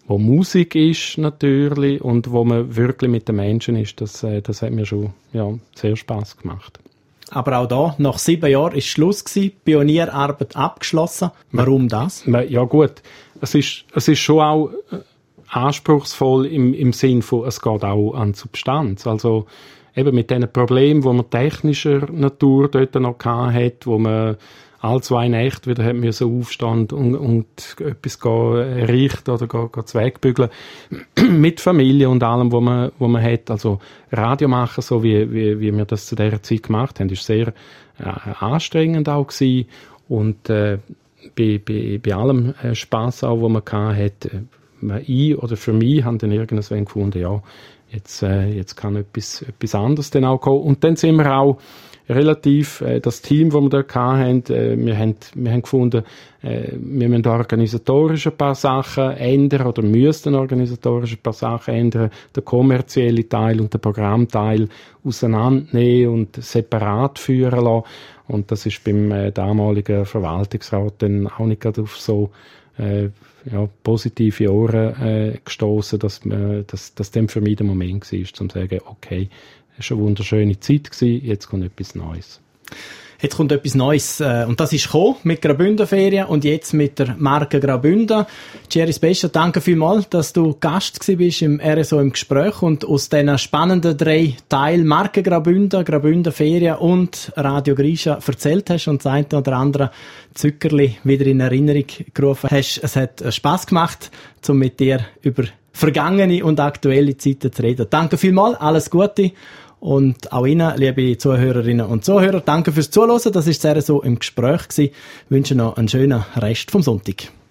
wo Musik ist natürlich und wo man wirklich mit den Menschen ist, das hat mir schon sehr Spass gemacht. Aber auch da, nach 7 Jahren ist Schluss gewesen, Pionierarbeit abgeschlossen. Warum das? Ja gut, es ist schon auch anspruchsvoll im Sinn von, es geht auch an die Substanz. Also eben mit diesen Problemen, die man technischer Natur dort noch hatte, wo man alle 2 Nächte wieder hat müssen aufstehen und etwas richten oder zwegbügeln. Mit Familie und allem, wo man hat. Also Radio machen, so wie wir das zu dieser Zeit gemacht haben, ist sehr anstrengend auch gewesen. Und bei allem Spass auch, wo man hatte, ich oder für mich haben dann irgendwann gefunden, ja, jetzt kann etwas anderes dann auch kommen. Und dann sind wir auch relativ, das Team, das wir dort hatten, wir haben gefunden, wir müssen organisatorisch ein paar Sachen ändern oder müssten organisatorisch ein paar Sachen ändern, den kommerziellen Teil und den Programmteil auseinandernehmen und separat führen lassen. Und das ist beim damaligen Verwaltungsrat dann auch nicht gerade auf so positive Ohren gestoßen, dass dem für mich der Moment war, um zu sagen, okay, es war eine wunderschöne Zeit gewesen, jetzt kommt etwas Neues. Jetzt kommt etwas Neues. Und das ist gekommen mit Graubünden-Ferien und jetzt mit der Marke Graubünden. Thierry Specher, danke vielmals, dass du Gast gewesen bist im RSO im Gespräch und aus diesen spannenden 3 Teilen Marke Graubünden, Graubünden-Ferien und Radio Grischa erzählt hast und das eine oder andere Zückerli wieder in Erinnerung gerufen hast. Es hat Spass gemacht, um mit dir über vergangene und aktuelle Zeiten zu reden. Danke vielmals, alles Gute. Und auch Ihnen, liebe Zuhörerinnen und Zuhörer, danke fürs Zuhören. Das war das RSO im Gespräch gewesen. Ich wünsche noch einen schönen Rest vom Sonntag.